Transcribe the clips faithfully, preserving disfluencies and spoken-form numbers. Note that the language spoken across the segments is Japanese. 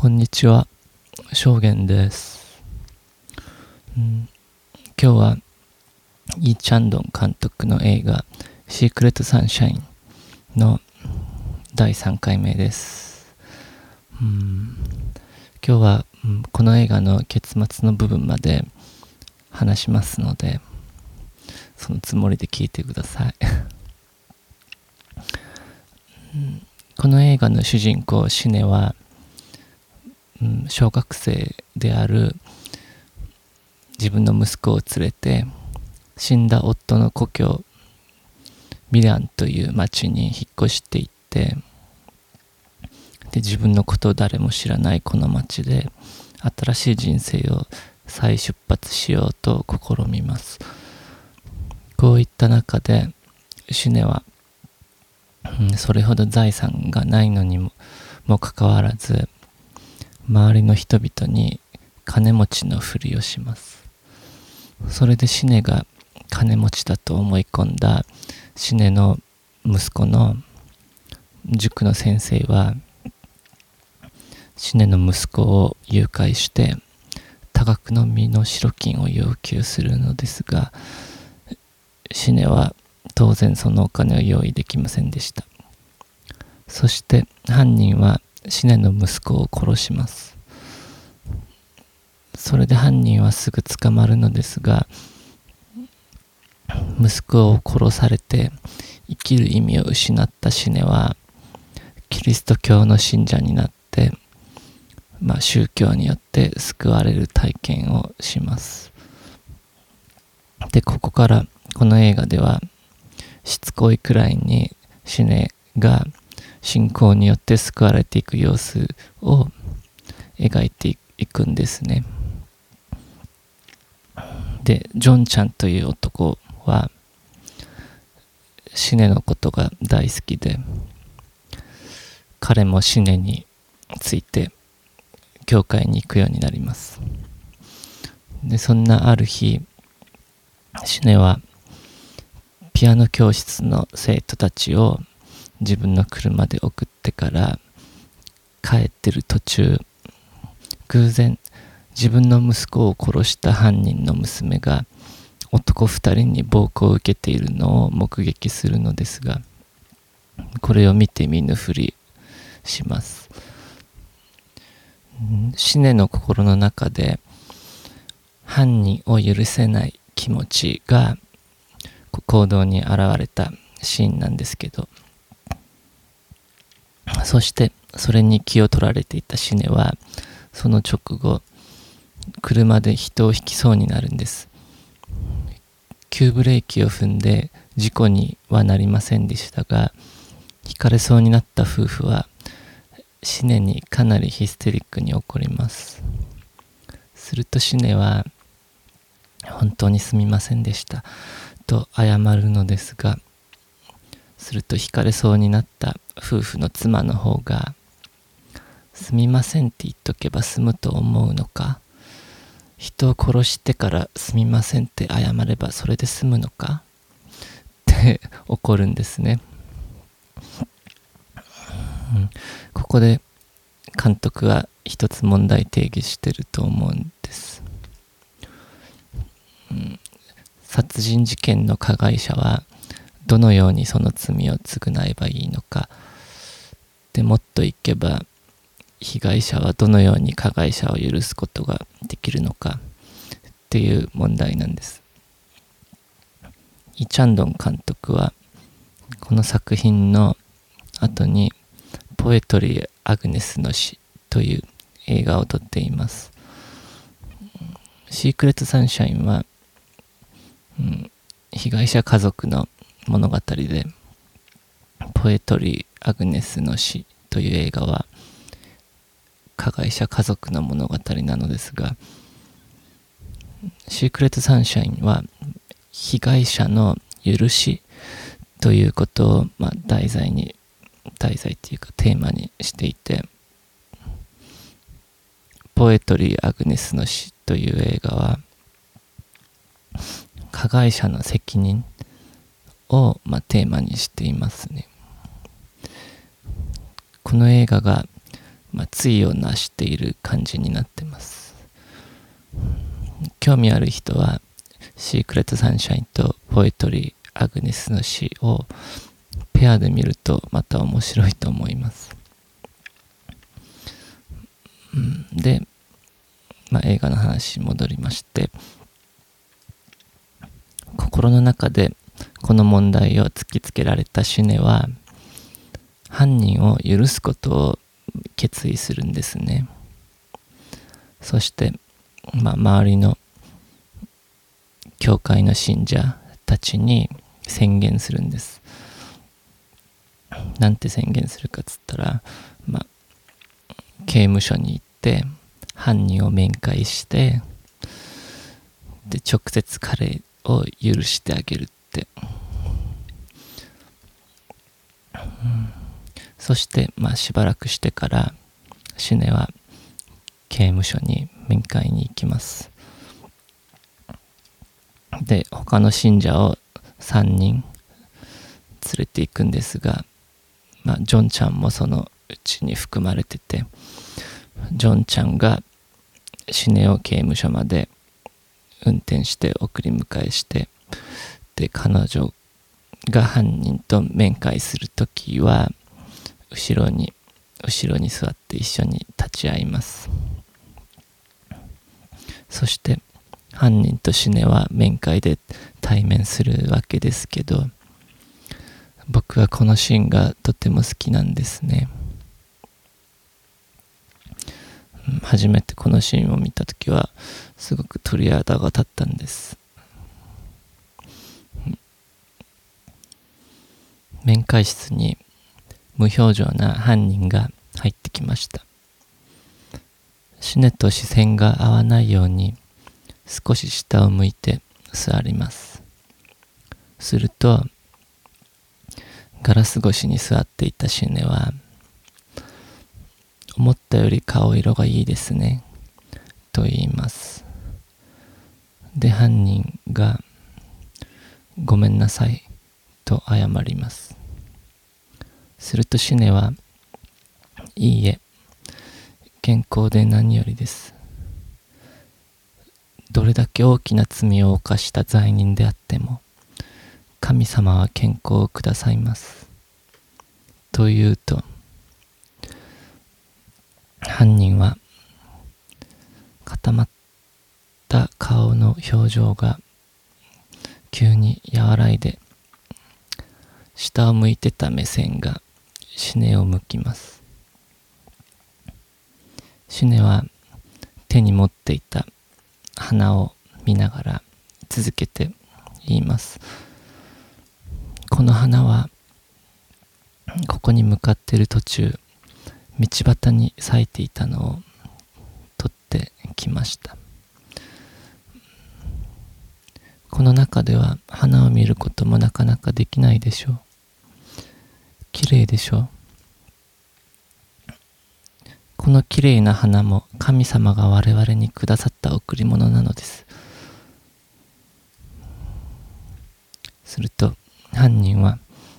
こんにちは、証言です、うん、今日はイ・チャンドン監督の映画シークレット・サンシャインのだいさんかいめです、うん、今日は、うん、この映画の結末の部分まで話しますのでそのつもりで聞いてください、うん、この映画の主人公シネは小学生である自分の息子を連れて死んだ夫の故郷ミランという町に引っ越していってで自分のことを誰も知らないこの町で新しい人生を再出発しようと試みます。こういった中でシュネは、うん、それほど財産がないのにももかかわらず周りの人々に金持ちのふりをします。それでシネが金持ちだと思い込んだシネの息子の塾の先生はシネの息子を誘拐して多額の身代金を要求するのですが、シネは当然そのお金を用意できませんでした。そして犯人はシネの息子を殺します。それで犯人はすぐ捕まるのですが、息子を殺されて生きる意味を失ったシネはキリスト教の信者になって、まあ、宗教によって救われる体験をします。で、ここからこの映画ではしつこいくらいにシネが信仰によって救われていく様子を描いていくんですね。で、ジョンちゃんという男はシネのことが大好きで、彼もシネについて教会に行くようになります。で、そんなある日、シネはピアノ教室の生徒たちを自分の車で送ってから帰ってる途中、偶然自分の息子を殺した犯人の娘が男二人に暴行を受けているのを目撃するのですが、これを見て見ぬふりします。シネの心の中で犯人を許せない気持ちが行動に現れたシーンなんですけど、そしてそれに気を取られていたシネはその直後車で人をひきそうになるんです。急ブレーキを踏んで事故にはなりませんでしたが、ひかれそうになった夫婦はシネにかなりヒステリックに怒ります。するとシネは本当にすみませんでしたと謝るのですが、するとひかれそうになった夫婦の妻の方が、すみませんって言っとけば済むと思うのか、人を殺してからすみませんって謝ればそれで済むのかって怒るんですね、うん、ここで監督は一つ問題定義してると思うんです、うん、殺人事件の加害者はどのようにその罪を償えばいいのか、でもっといけば被害者はどのように加害者を許すことができるのかっていう問題なんです。イ・チャンドン監督はこの作品の後にポエトリー・アグネスの死という映画を撮っています。シークレット・サンシャインは、うん、被害者家族の物語で、ポエトリー・アグネスの死という映画は加害者家族の物語なのですが、シークレット・サンシャインは被害者の許しということを、まあ、題材に題材っていうかテーマにしていて、ポエトリー・アグネスの死という映画は加害者の責任を、まあ、テーマにしていますね。この映画がまあ、対をなしている感じになってます。興味ある人はシークレットサンシャインとポエトリーアグネスの詩をペアで見るとまた面白いと思います。うん、で、まあ、映画の話に戻りまして、心の中でこの問題を突きつけられたシュネは犯人を許すことを決意するんですね。そして、まあ、周りの教会の信者たちに宣言するんです。なんて宣言するかっつったら、まあ、刑務所に行って犯人を面会して、で直接彼を許してあげるって、うん、そして、まあ、しばらくしてからシュネは刑務所に面会に行きます。で、他の信者をさんにん連れて行くんですが、まあ、ジョンちゃんもそのうちに含まれてて、ジョンちゃんがシュネを刑務所まで運転して送り迎えして、で彼女が犯人と面会するときは後ろに後ろに座って一緒に立ち会います。そして犯人とシュネは面会で対面するわけですけど、僕はこのシーンがとても好きなんですね。初めてこのシーンを見たときはすごく鳥肌が立ったんです。面会室に無表情な犯人が入ってきました。シュネと視線が合わないように少し下を向いて座ります。するとガラス越しに座っていたシュネは、思ったより顔色がいいですねと言います。で、犯人がごめんなさいと謝ります。するとシュネは、いいえ、健康で何よりです。どれだけ大きな罪を犯した罪人であっても神様は健康をくださいますと言うと、犯人は固まった顔の表情が急に和らいで、下を向いてた目線がシュネを向きます。シュネは手に持っていた花を見ながら続けて言います。この花はここに向かっている途中、道端に咲いていたのを取ってきました。この中では花を見ることもなかなかできないでしょう。綺麗でしょう。この綺麗な花も神様が我々にくださった贈り物なのです。すると犯人は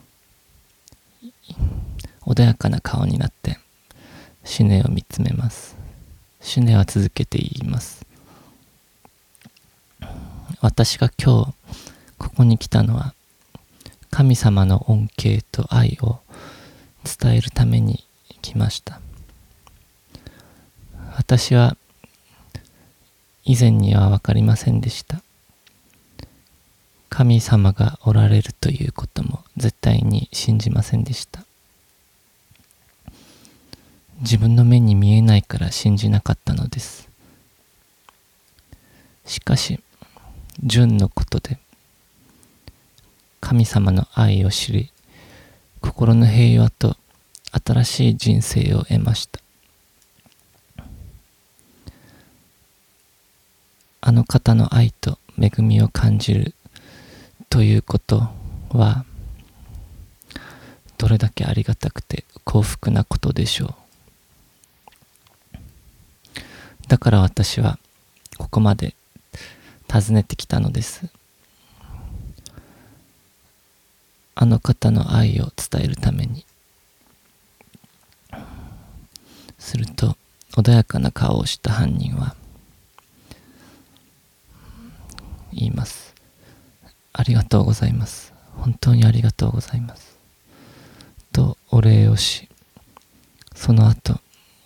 穏やかな顔になってシュネを見つめます。シュネは続けて言います。私が今日ここに来たのは神様の恩恵と愛を伝えるために来ました。私は以前には分かりませんでした。神様がおられるということも絶対に信じませんでした。自分の目に見えないから信じなかったのです。しかし、純のことで神様の愛を知り、心の平和と新しい人生を得ました。あの方の愛と恵みを感じるということは、どれだけありがたくて幸福なことでしょう。だから私はここまで訪ねてきたのです。あの方の愛を伝えるために。 すると穏やかな顔をした犯人は言います。ありがとうございます。本当にありがとうございます。とお礼をし、その後、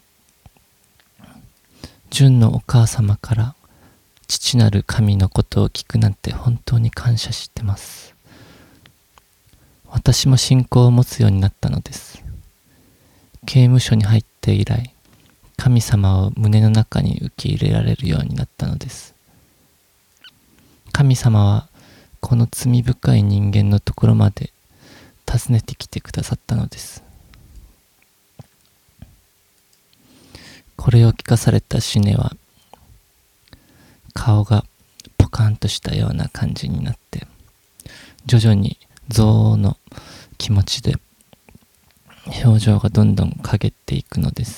純のお母様から父なる神のことを聞くなんて本当に感謝してます。私も信仰を持つようになったのです。刑務所に入って以来、神様を胸の中に受け入れられるようになったのです。神様はこの罪深い人間のところまで訪ねてきてくださったのです。これを聞かされたシネは顔がポカンとしたような感じになって、徐々に憎悪の気持ちで表情がどんどん陰っていくのです。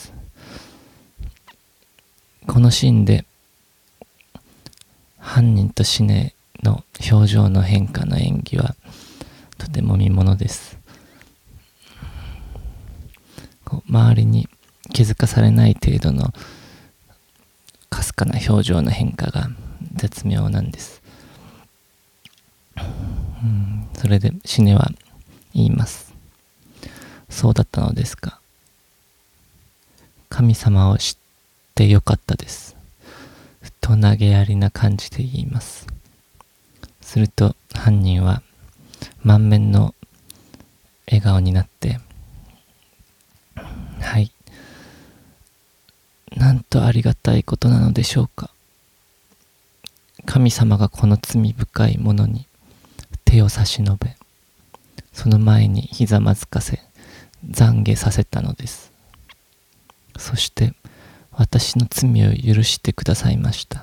このシーンで犯人とシネの表情の変化の演技はとても見ものです。こう周りに気づかされない程度のかすかな表情の変化が絶妙なんです。うん、それでシネは言います。そうだったのですか。神様を知ってよかったです。と投げやりな感じで言います。すると犯人は満面の笑顔になって、はい、なんとありがたいことなのでしょうか。神様がこの罪深いものに手を差し伸べ、その前にひざまずかせ、懺悔させたのです。そして私の罪を許してくださいました。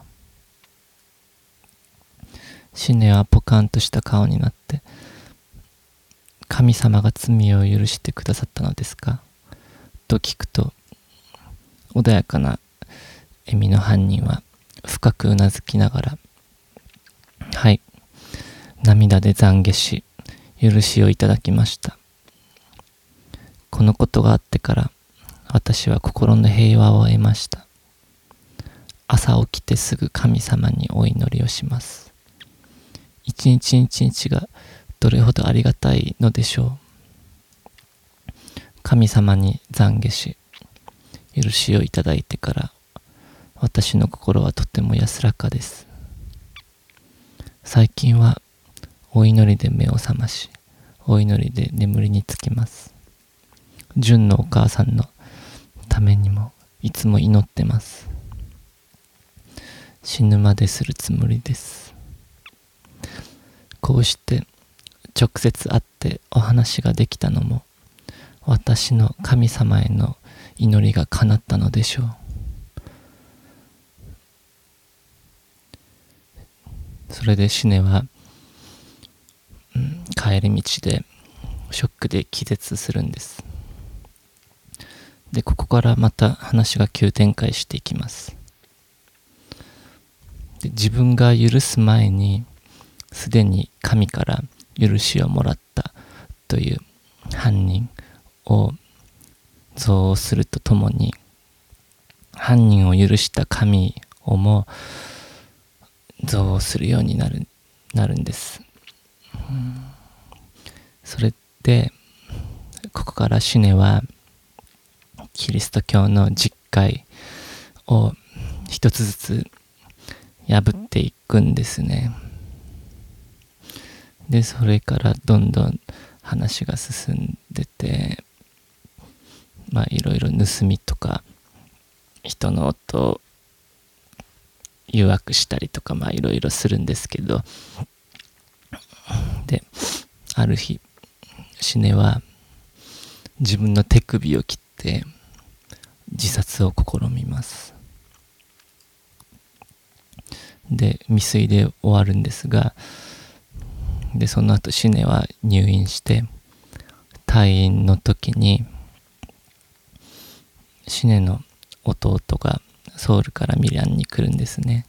シネはポカンとした顔になって、神様が罪を許してくださったのですかと聞くと、穏やかな笑みの犯人は深くうなずきながら、はい、涙で懺悔し、許しをいただきました。このことがあってから私は心の平和を得ました。朝起きてすぐ神様にお祈りをします。一日一日がどれほどありがたいのでしょう。神様に懺悔し、許しをいただいてから私の心はとても安らかです。最近はお祈りで目を覚まし、お祈りで眠りにつきます。純のお母さんのためにもいつも祈ってます。死ぬまでするつもりです。こうして直接会ってお話ができたのも、私の神様への祈りが叶ったのでしょう。それでシネは、うん、帰り道でショックで気絶するんです。で、ここからまた話が急展開していきます。で、自分が許す前にすでに神から許しをもらったという犯人を憎悪するとともに、犯人を許した神をも憎悪するようになる、なるんです。うん、それでここからシネはキリスト教の実戒を一つずつ破っていくんですね。で、それからどんどん話が進んでて、まあいろいろ盗みとか人の音を誘惑したりとか、まあいろいろするんですけど、で、ある日シネは自分の手首を切って自殺を試みます。で、未遂で終わるんですが、でその後シネは入院して、退院の時にシネの弟がソウルからミランに来るんですね。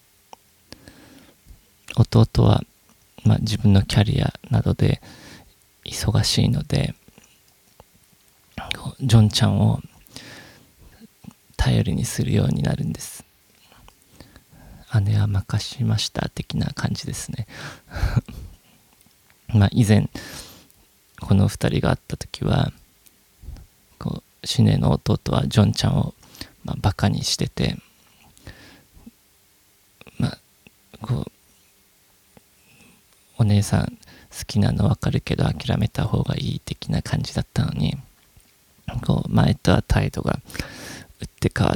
弟は、まあ、自分のキャリアなどで忙しいので、ジョンちゃんを頼りにするようになるんです。姉は任しました的な感じですね。まあ以前この二人が会った時は、こうシュネの弟はジョンちゃんを、まあ、バカにしてて、まあこうお姉さん好きなの分かるけど諦めた方がいい的な感じだったのに、こう前とは態度が打って変わって、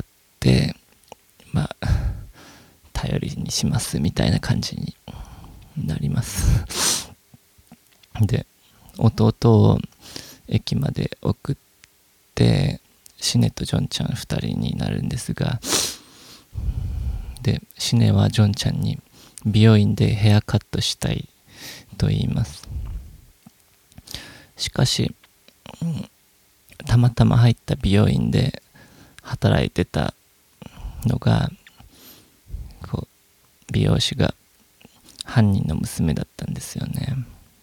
まあ頼りにしますみたいな感じになります。で、弟を駅まで送ってシネとジョンちゃんふたりになるんですが、でシネはジョンちゃんに美容院でヘアカットしたいと言います。しかし、うん、たまたま入った美容院で働いてたのが、こう美容師が犯人の娘だったんですよね。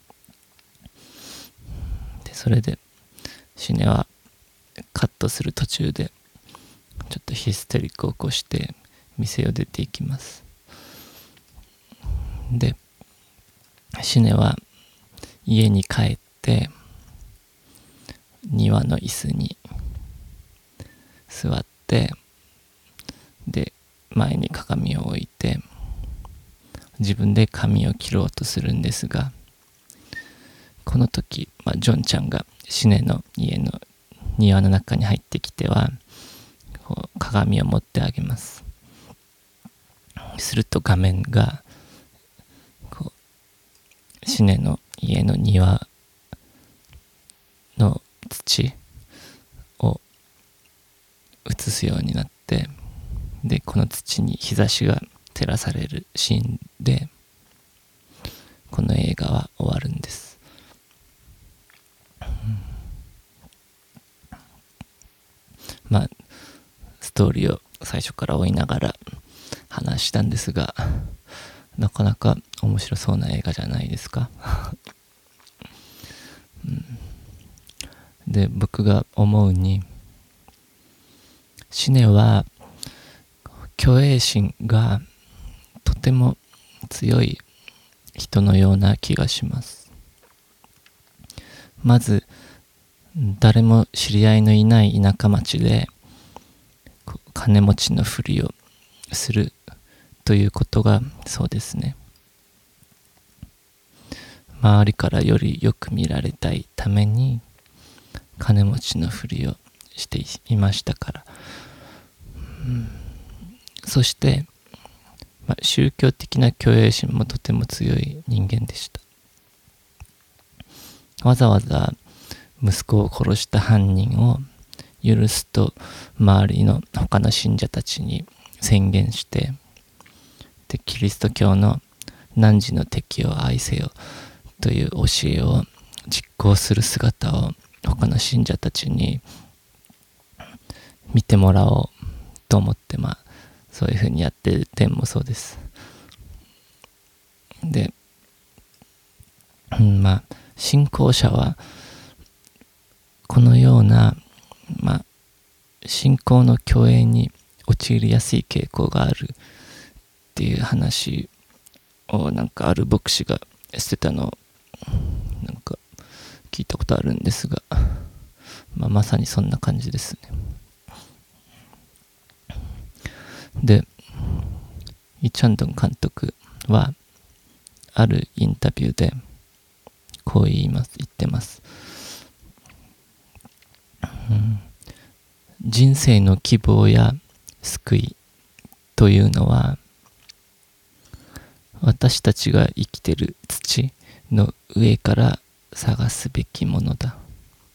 でそれでシネはカットする途中でちょっとヒステリックを起こして店を出ていきます。でシネは家に帰って庭の椅子に座って、で前に鏡を置いて自分で髪を切ろうとするんですが、この時、まあ、ジョンちゃんがシネの家の庭の中に入ってきてはこう鏡を持ってあげます。すると画面がこうシネの家の庭の土を映すようになって、でこの土に日差しが照らされるシーンでこの映画は終わるんです。まあストーリーを最初から追いながら話したんですが、なかなか面白そうな映画じゃないですか。うん、で僕が思うに、シネは虚栄心がとても強い人のような気がします。まず誰も知り合いのいない田舎町で金持ちのふりをするということがそうですね。周りからよりよく見られたいために金持ちのふりをしていましたから、うん、そして、まあ、宗教的な虚栄心もとても強い人間でした。わざわざ息子を殺した犯人を許すと周りの他の信者たちに宣言して、でキリスト教の汝の敵を愛せよという教えを実行する姿を他の信者たちに見てもらおうと思って、まあそういうふうにやってる点もそうです。で、うん、まあ信仰者はこのような、まあ、信仰の虚栄に陥りやすい傾向があるっていう話をなんかある牧師がしてたのをなんか聞いたことあるんですが、まあ、まさにそんな感じですね。で、イ・チャンドン監督はあるインタビューでこう言います言ってます。うん、人生の希望や救いというのは私たちが生きている土の上から探すべきものだ。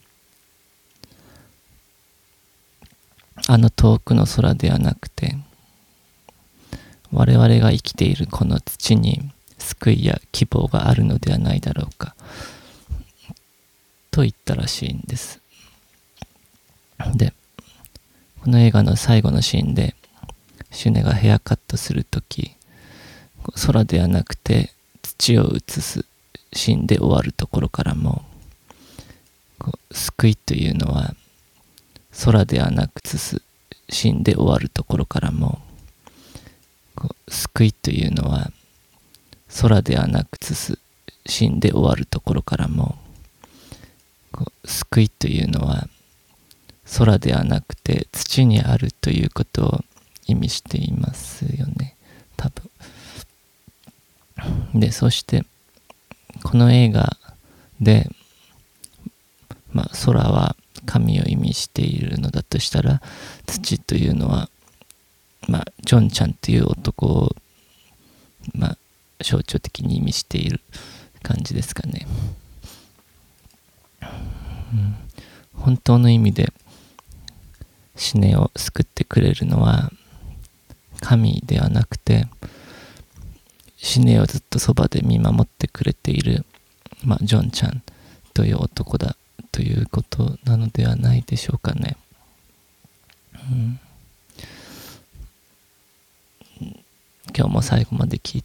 あの遠くの空ではなくて、我々が生きているこの土に救いや希望があるのではないだろうかと言ったらしいんです。で、この映画の最後のシーンでシュネがヘアカットするとき、空ではなくて土を映すシーンで終わるところからも、こう救いというのは空ではなく映す死んで終わるところからも、こう救いというのは空ではなくつ死んで終わるところからも、こう救いというのは空ではなくて土にあるということを意味していますよね、多分。で、そしてこの映画で、まあ、空は神を意味しているのだとしたら、土というのは、まあ、ジョンちゃんという男を、まあ、象徴的に意味している感じですかね。うん、本当の意味で死ねを救ってくれるのは神ではなくて、死ねをずっとそばで見守ってくれている、まあ、ジョンちゃんという男だということなのではないでしょうかね。うん、今日も最後まで聞い